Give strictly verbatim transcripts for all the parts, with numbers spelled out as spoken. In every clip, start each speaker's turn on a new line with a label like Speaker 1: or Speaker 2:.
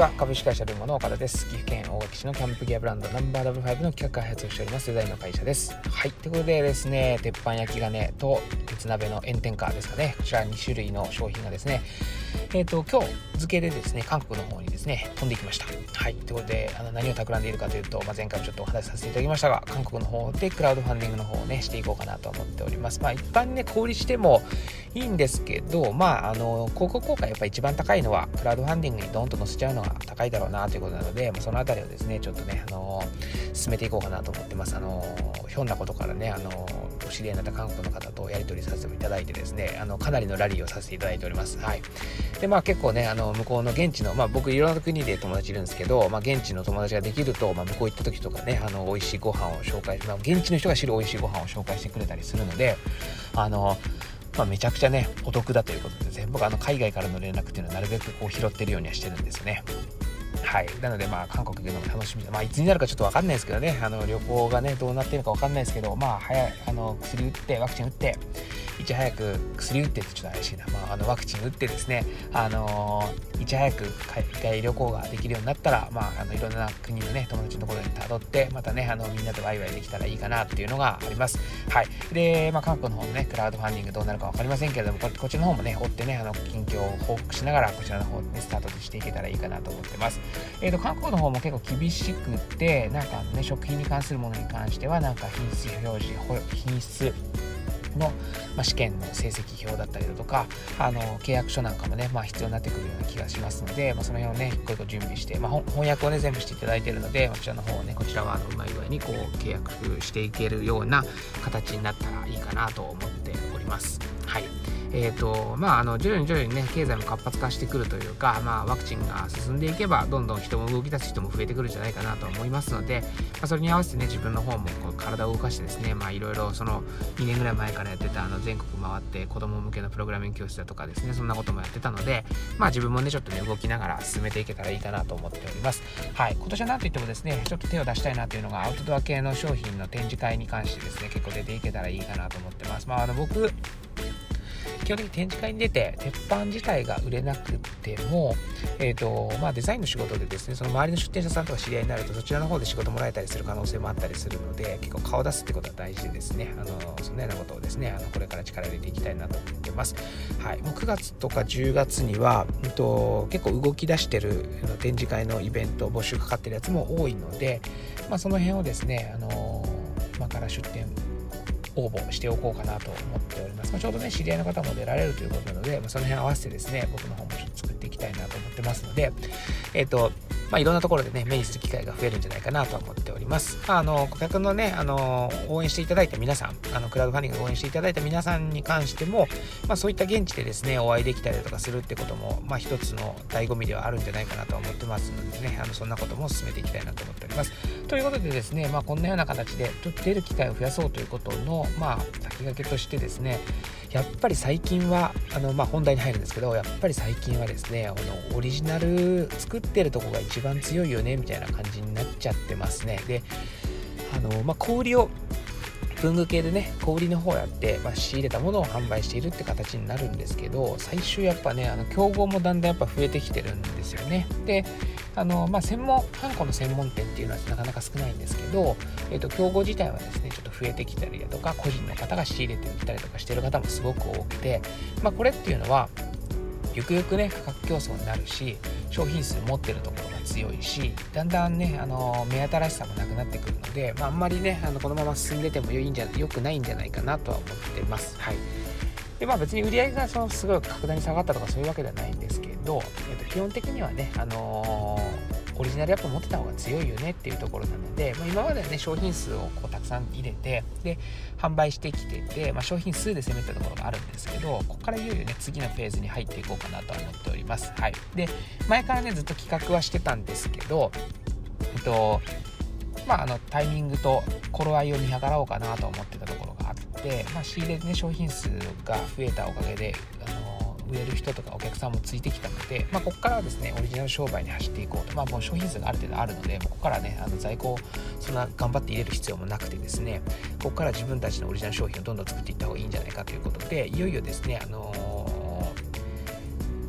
Speaker 1: は。株式会社ルーモの岡田です。岐阜県大垣市のキャンプギアブランドナンバーダブルファイブの企画開発をしておりますデザインの会社です。はい、ということでですね、鉄板焼き金と鉄鍋の炎天下ですかね、こちらに種類の商品がですね、えっと今日付でですね、韓国の方にですね飛んできました。はい、ということであの何を企んでいるかというと、まあ、前回もちょっとお話しさせていただきましたが、韓国の方でクラウドファンディングの方をねしていこうかなと思っております。まあ一般にね小売りしてもいいんですけど、まああの広告効果やっぱり一番高いのはクラウドファンディングにドンと載せちゃうのが高いだろうなということなので、まあ、そのあたりをですねちょっとねあの進めていこうかなと思ってます。あのひょんなことからねあのお知り合いになった韓国の方とやり取りさせていただいてですね、あのかなりのラリーをさせていただいております。はい。でまあ結構ねあの向こうの現地の、まあ僕いろんな国で友達いるんですけど、まあ現地の友達ができると、まあ向こう行った時とかねあの美味しいご飯を紹介し、まあ現地の人が知る美味しいご飯を紹介してくれたりするので、あのまあ、めちゃくちゃねお得だということで、全部あの海外からの連絡っていうのはなるべくこう拾ってるようにはしてるんですよね。はい、なのでまあ韓国行くのも楽しみで、まあいつになるかちょっと分かんないですけどね、あの旅行がねどうなってるのか分かんないですけど、まあ早いあの薬打ってワクチン打っていち早く薬打ってってちょっと怪しいな、まあ、あのワクチン打ってですね、あのー、いち早く海外旅行ができるようになったら、まあ、あのいろんな国のね友達のところにたどってまたねあのみんなでワイワイできたらいいかなっていうのがあります。はい。で、まあ、韓国の方のねクラウドファンディングどうなるか分かりませんけれども、こ, こちらの方もね追ってねあの近況を報告しながらこちらの方で、ね、スタートしていけたらいいかなと思ってます。えーと韓国の方も結構厳しくて、なんかね食品に関するものに関してはなんか品質表示品質の、まあ、試験の成績表だったりだとか、あの契約書なんかもね、まあ、必要になってくるような気がしますので、まあ、その辺をね一個一個準備して、まあ、翻訳をね全部していただいているので、こちらの方をねこちらはあのうまい具合にこう契約していけるような形になったらいいかなと思っております。はい。えーとまあ、あの徐々に徐々にね経済も活発化してくるというか、まあ、ワクチンが進んでいけばどんどん人も動き出す人も増えてくるんじゃないかなと思いますので、まあ、それに合わせてね自分の方もこう体を動かしてですね、まあいろいろそのにねんぐらい前からやってたあの全国回って子供向けのプログラミング教室だとかですね、そんなこともやってたので、まあ自分もねちょっとね動きながら進めていけたらいいかなと思っております。はい。今年はなんといってもですねちょっと手を出したいなというのがアウトドア系の商品の展示会に関してですね結構出ていけたらいいかなと思ってます。まああの僕基本的に展示会に出て鉄板自体が売れなくても、えーとまあ、デザインの仕事でですねその周りの出店者さんとか知り合いになるとそちらの方で仕事もらえたりする可能性もあったりするので、結構顔出すってことは大事でですね、あのそのようなことをですねあのこれから力入れていきたいなと思ってます。はい。もうくがつとかじゅうがつには、えっと、結構動き出してる展示会のイベント募集かかってるやつも多いので、まあ、その辺をですねあの今から出店応募しておこうかなと思っております。まあ、ちょうどね知り合いの方も出られるということなので、まあ、その辺合わせてですね僕の方もちょっと作っていきたいなと思ってますので、えっとまあ、いろんなところでね目にする機会が増えるんじゃないかなと思っております。まあ、あの顧客のねあの応援していただいた皆さん、あのクラウドファンディングを応援していただいた皆さんに関しても、まあ、そういった現地でですねお会いできたりだとかするってことも、まあ、一つの醍醐味ではあるんじゃないかなと思ってますのでね、あのそんなことも進めていきたいなと思っております。ということでですね、まあ、こんなような形で出る機会を増やそうということの、まあ、先駆けとしてですね、やっぱり最近はあの、まあ、本題に入るんですけど、やっぱり最近はですねあのオリジナル作ってるとこが一番強いよねみたいな感じになっちゃってますね。であの、まあ、小売りを文具系でね小売りの方やって、まあ、仕入れたものを販売しているって形になるんですけど、最終やっぱねあの競合もだんだんやっぱ増えてきてるんですよね。であの、まあ、専門ハンコの専門店っていうのはなかなか少ないんですけど、えーと、競合自体はですねちょっと増えてきたりだとか個人の方が仕入れて売ったりとかしてる方もすごく多くて、まあ、これっていうのはゆくゆくね価格競争になるし、商品数持ってるところが強いし、だんだんねあの目新しさもなくなってくるので、まあ、あんまりねあのこのまま進んでてもいいんじゃ良くないんじゃないかなとは思ってます。はい。でまあ、別に売り上げがそのすごい格段に下がったとかそういうわけではないんですけど、えっと、基本的にはね、あのー、オリジナルやっぱ持ってた方が強いよねっていうところなので、まあ、今まではね商品数をこうたくさん入れてで販売してきてて、まあ、商品数で攻めたところがあるんですけど、ここからいよいよね次のフェーズに入っていこうかなとは思っております。はい。で前からねずっと企画はしてたんですけど、えっとまああのタイミングと頃合いを見計らおうかなと思ってたところがあって、まあ、仕入れね商品数が増えたおかげであの売れる人とかお客さんもついてきたので、まあ、ここからはですねオリジナル商売に走っていこうと、まあ、もう商品数がある程度あるので、ここからねあの在庫をそんな頑張って入れる必要もなくてですね、ここから自分たちのオリジナル商品をどんどん作っていった方がいいんじゃないかということで、いよいよですねあのー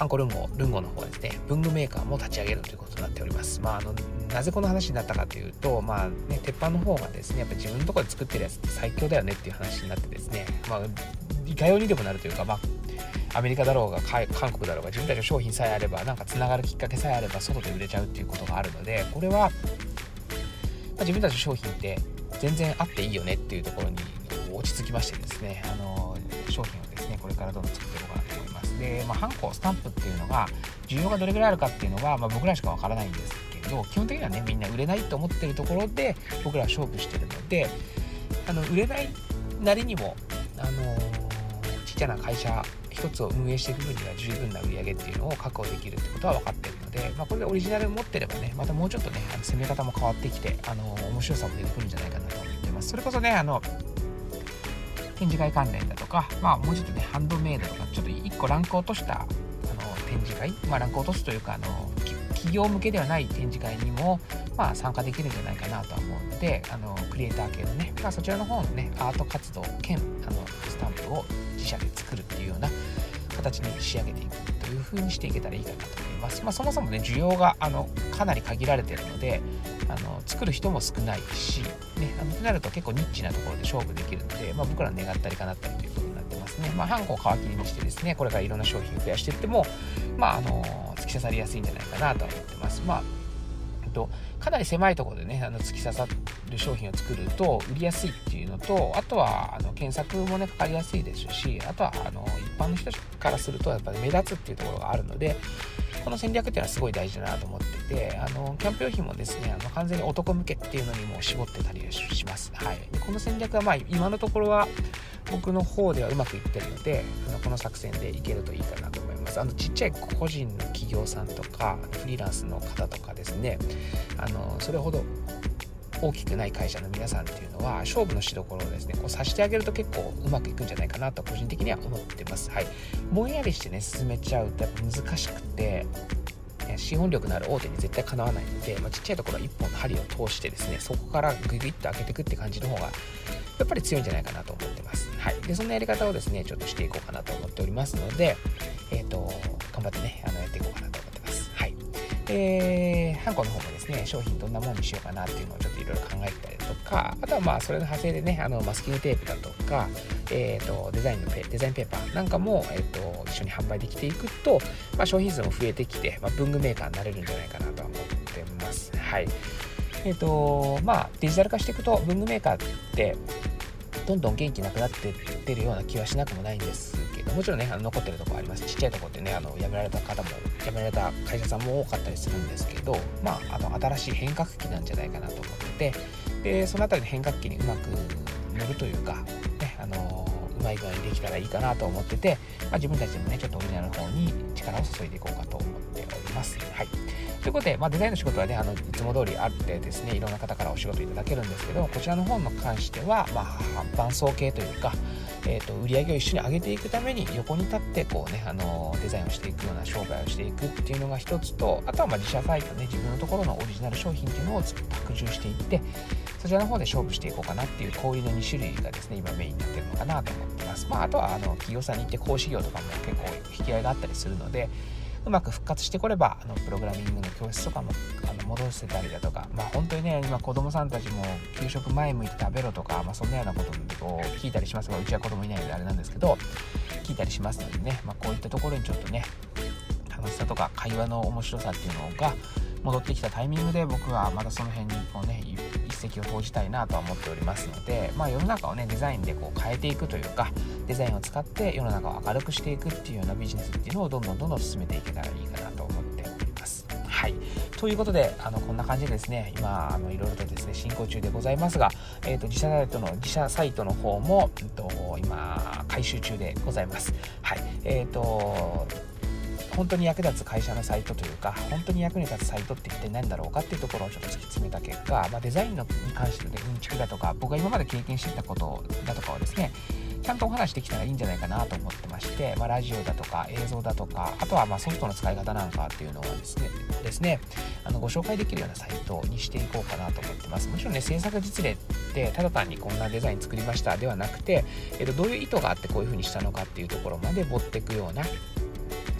Speaker 1: ハンコルンゴルンゴの方はですね、文具メーカーも立ち上げるということになっております。まああのなぜこの話になったかというと、まあね、鉄板の方がですね、やっぱ自分のところで作ってるやつって最強だよねっていう話になってですね、まあいかようにでもなるというか、まあアメリカだろうが韓国だろうが、自分たちの商品さえあれば、なんかつながるきっかけさえあれば外で売れちゃうっていうことがあるので、これは、まあ、自分たちの商品って全然あっていいよねっていうところに落ち着きましてですね、あの商品をですねこれからどんどん作っていこうかなと思います。で、まあ、ハンコスタンプっていうのが需要がどれぐらいあるかっていうのは、まあ、僕らしかわからないんですけど、基本的にはねみんな売れないと思ってるところで僕らは勝負してるので、あの売れないなりにもあのちっちゃな会社一つを運営していく分には十分な売り上げっていうのを確保できるってことは分かっているので、まあ、これでオリジナル持ってればね、またもうちょっとねあの攻め方も変わってきて、あの面白さも出てくるんじゃないかなと思ってます。それこそねあの展示会関連だとか、まあ、もうちょっとねハンドメイドとかちょっと一個ランク落としたあの展示会、まあ、ランク落とすというかあの企業向けではない展示会にも、まあ、参加できるんじゃないかなとは思うので、あのクリエイター系のね、まあ、そちらの方のねアート活動兼あのスタンプを自社で作るっていうような形に仕上げていくという風にしていけたらいいかなと思います。まあ、そもそもね需要があのかなり限られているので、あの作る人も少ないし、ね、あのとなると結構ニッチなところで勝負できるので、まあ、僕ら願ったり叶ったりということになってますね。まあ、ハンコを皮切りにしてですね、これからいろんな商品を増やしていっても、まあ、あの突き刺さりやすいんじゃないかなとは思ってます。まあとかなり狭いところでねあの突き刺さる商品を作ると売りやすいっていうのと、あとはあの検索もねかかりやすいですし、あとはあの一般の人からするとやっぱり目立つっていうところがあるので、この戦略っていうのはすごい大事だなと思ってて、あのキャンプ用品もですねあの完全に男向けっていうのにも絞ってたりします。はい、でこの戦略はまあ今のところは僕の方ではうまくいってるので、この作戦でいけるといいかなと思います。あのちっちゃい個人の企業さんとかフリーランスの方とかですね、あのそれほど大きくない会社の皆さんっていうのは勝負のしどころをですねこうさしてあげると結構うまくいくんじゃないかなと個人的には思ってます。はい、ぼんやりしてね進めちゃうとやっぱ難しくて、資本力のある大手に絶対かなわないので、まあ、ちっちゃいところはいっぽんの針を通してですねそこからグイグイっと開けていくって感じの方がやっぱり強いんじゃないかなと思ってます。はい、でそんなやり方をですねちょっとしていこうかなと思っておりますので、えーと頑張ってねあのやっていこうかなと思ってます。はい、でハンコの方もですね商品どんなものにしようかなっていうのをちょっといろいろ考えてたりとか、あとはまあそれの派生でねあのマスキングテープだとか、えー、とデザインのペデザインペーパーなんかも、えー、と一緒に販売できていくと、まあ、商品数も増えてきて、まあ、文具メーカーになれるんじゃないかなとは思ってます。はい、えーとまあデジタル化していくと文具メーカーってどんどん元気なくなっていってるような気はしなくもないんですけど、もちろんねあの残ってるところあります。ちっちゃいところってねあの辞められた方も辞められた会社さんも多かったりするんですけど、まああの新しい変革期なんじゃないかなと思ってて、でそのあたりの変革期にうまく乗るというか、ね、あのうまい具合にできたらいいかなと思ってて、まあ、自分たちでもねちょっとオリジナルの方に力を注いでいこうかと思っております。はい、ということで、まあ、デザインの仕事はねあのいつも通りあってですねいろんな方からお仕事いただけるんですけど、こちらの方に関しては、まあ、伴走系というか、えーと、売り上げを一緒に上げていくために横に立ってこうねあのデザインをしていくような商売をしていくっていうのが一つと、あとはまあ自社サイトね自分のところのオリジナル商品っていうのを拡充していってそちらの方で勝負していこうかなっていう小売りのに種類がですね今メインになってるのかなと思ってます。まあ、あとはあの企業さんに行って講師業とかも結構引き合いがあったりするので、うまく復活してこればあのプログラミングの教室とかもあの戻せたりだとか、まあ本当にね今子供さんたちも給食前向いて食べろとか、まあ、そんなようなことを聞いたりしますが、うちは子供いないのであれなんですけど聞いたりしますのでね、まあ、こういったところにちょっとね楽しさとか会話の面白さっていうのが戻ってきたタイミングで僕はまたその辺にこうね一石を投じたいなとは思っておりますので、まあ、世の中をねデザインでこう変えていくというかデザインを使って世の中を明るくしていくっていうようなビジネスっていうのをどんどんどんどん進めていけたらいいかなと思っております。はい、ということであのこんな感じでですね今あのいろいろとですね進行中でございますが、えー、と自社サイトの自社サイトの方も、えー、と今改修中でございます。はい、えーと本当に役立つ会社のサイトというか本当に役に立つサイトって一体何だろうかっていうところをちょっと突き詰めた結果、まあ、デザインのに関してのうんちくだとか僕が今まで経験してきたことだとかをですねちゃんとお話できたらいいんじゃないかなと思ってまして、まあ、ラジオだとか映像だとかあとはまあソフトの使い方なんかっていうのをですねですねあのご紹介できるようなサイトにしていこうかなと思ってます。もちろんね制作実例ってただ単にこんなデザイン作りましたではなくて、えっと、どういう意図があってこういう風にしたのかっていうところまで持っていくような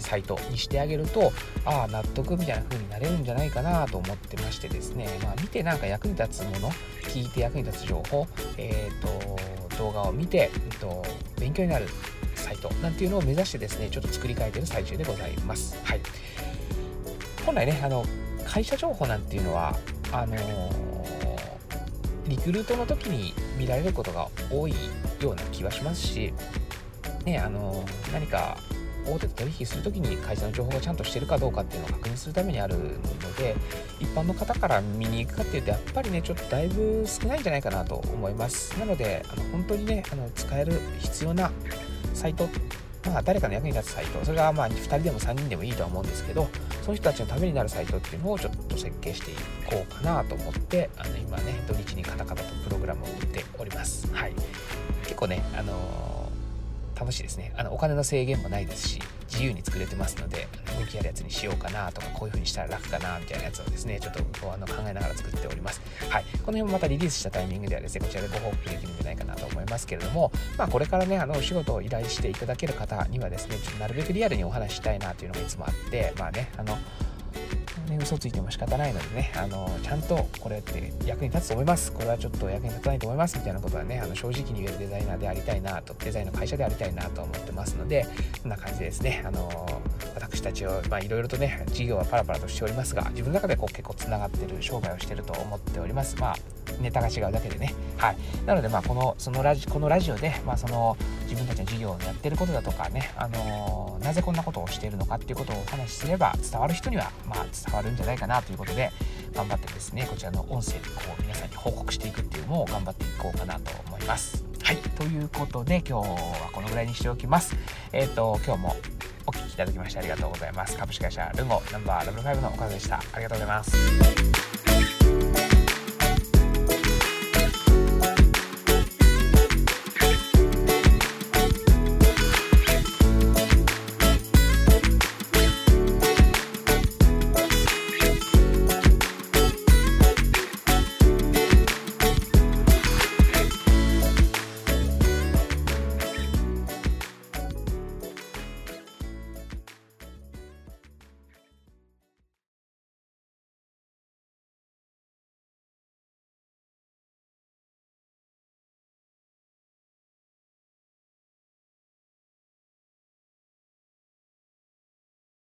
Speaker 1: サイトにしてあげると、ああ納得みたいな風になれるんじゃないかなと思ってましてですね、まあ、見てなんか役に立つもの、聞いて役に立つ情報、えーと動画を見て、えーと勉強になるサイトなんていうのを目指してですね、ちょっと作り変えている最中でございます。はい。本来ね、あの会社情報なんていうのはあのーリクルートの時に見られることが多いような気はしますし、ね、あの何か大手と取引するときに会社の情報がちゃんとしてるかどうかっていうのを確認するためにあるので、一般の方から見に行くかっていうとやっぱりねちょっとだいぶ少ないんじゃないかなと思います。なのであの本当にねあの使える必要なサイト、まあ誰かの役に立つサイト、それがまあふたりでもさんにんでもいいとは思うんですけど、その人たちのためになるサイトっていうのをちょっと設計していこうかなと思って、あの今ね土日にカタカタとプログラムを打っております。はい。結構ねあのー、楽しいですね。あのお金の制限もないですし、自由に作れてますので、動きあるやつにしようかなとか、こういう風にしたら楽かなみたいなやつをですねちょっとあの考えながら作っております。はい。この辺もまたリリースしたタイミングではですねこちらでご報告できるんじゃないかなと思いますけれども、まあこれからねあのお仕事を依頼していただける方にはですねちょっとなるべくリアルにお話ししたいなというのがいつもあって、まあねあのね、嘘ついても仕方ないのでね、あのちゃんとこれって役に立つと思います、これはちょっと役に立たないと思いますみたいなことはねあの正直に言えるデザイナーでありたいなと、デザインの会社でありたいなと思ってますので、こんな感じでですね、あの私たちをまあいろいろとね事業はパラパラとしておりますが、自分の中でこう結構つながってる商売をしてると思っております。まあネタが違うだけでね。はい。なのでまあこのそのラジこのラジオでまあその自分たちの事業をやってることだとかね、あのー、なぜこんなことをしているのかっていうことをお話しすれば伝わる人にはまあ伝わるんじゃないかなということで、頑張ってですねこちらの音声でこう皆さんに報告していくっていうのを頑張っていこうかなと思います。はい。ということで今日はこのぐらいにしておきます。えっと今日もお聞きいただきましてありがとうございます。株式会社ルンゴナンバーダブルファイブの岡田でした。ありがとうございます。